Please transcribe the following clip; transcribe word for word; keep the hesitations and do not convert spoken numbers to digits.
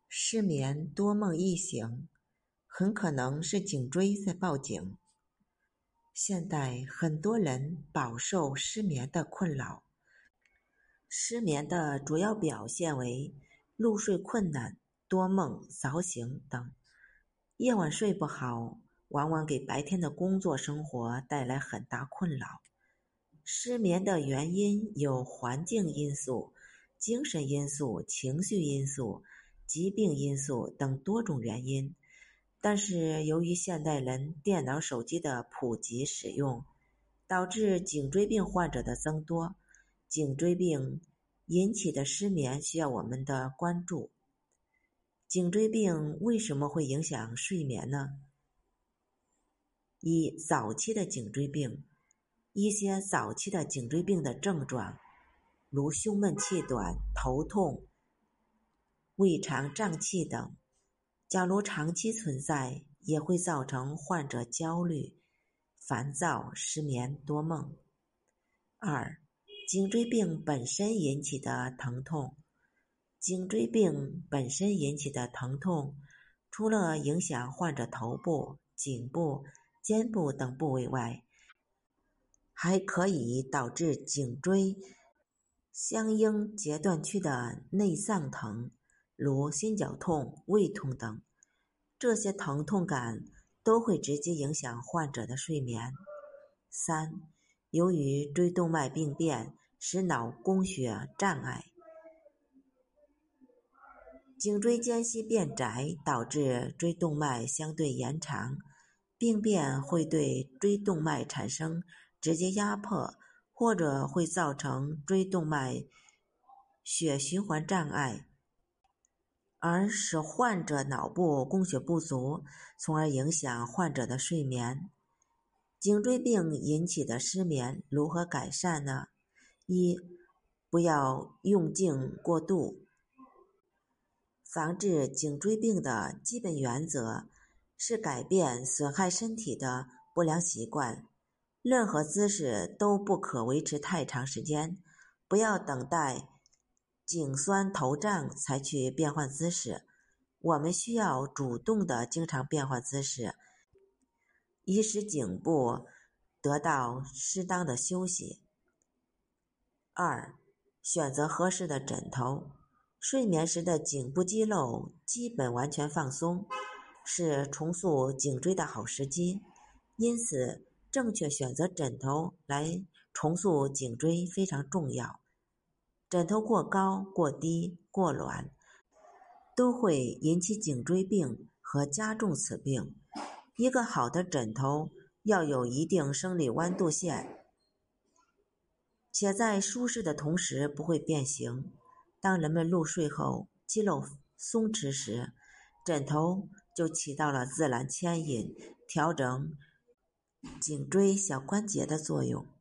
失眠多梦易醒，很可能是颈椎在报警。现代很多人饱受失眠的困扰，失眠的主要表现为入睡困难、多梦、早醒等。夜晚睡不好，往往给白天的工作生活带来很大困扰。失眠的原因有环境因素、精神因素、情绪因素、疾病因素等多种原因，但是由于现代人电脑手机的普及使用，导致颈椎病患者的增多，颈椎病引起的失眠需要我们的关注。颈椎病为什么会影响睡眠呢？一、早期的颈椎病，一些早期的颈椎病的症状，如胸闷气短、头痛、胃肠胀气等，假如长期存在，也会造成患者焦虑、烦躁、失眠、多梦。二、颈椎病本身引起的疼痛。颈椎病本身引起的疼痛，除了影响患者头部、颈部、肩部等部位外，还可以导致颈椎相应节段区的内脏疼，如心绞痛、胃痛等。这些疼痛感都会直接影响患者的睡眠。三、由于椎动脉病变使脑供血障碍，颈椎间隙变窄，导致椎动脉相对延长，病变会对椎动脉产生直接压迫，或者会造成椎动脉血循环障碍，而使患者脑部供血不足，从而影响患者的睡眠。颈椎病引起的失眠如何改善呢？一、不要用颈过度。防治颈椎病的基本原则是改变损害身体的不良习惯，任何姿势都不可维持太长时间，不要等待颈酸头胀才去变换姿势，我们需要主动的经常变换姿势，以使颈部得到适当的休息。二、选择合适的枕头。睡眠时的颈部肌肉基本完全放松，是重塑颈椎的好时机，因此正确选择枕头来重塑颈椎非常重要。枕头过高、过低、过软都会引起颈椎病和加重此病。一个好的枕头要有一定生理温度线，且在舒适的同时不会变形。当人们入睡后肌肉松弛时，枕头就起到了自然牵引、调整颈椎小关节的作用。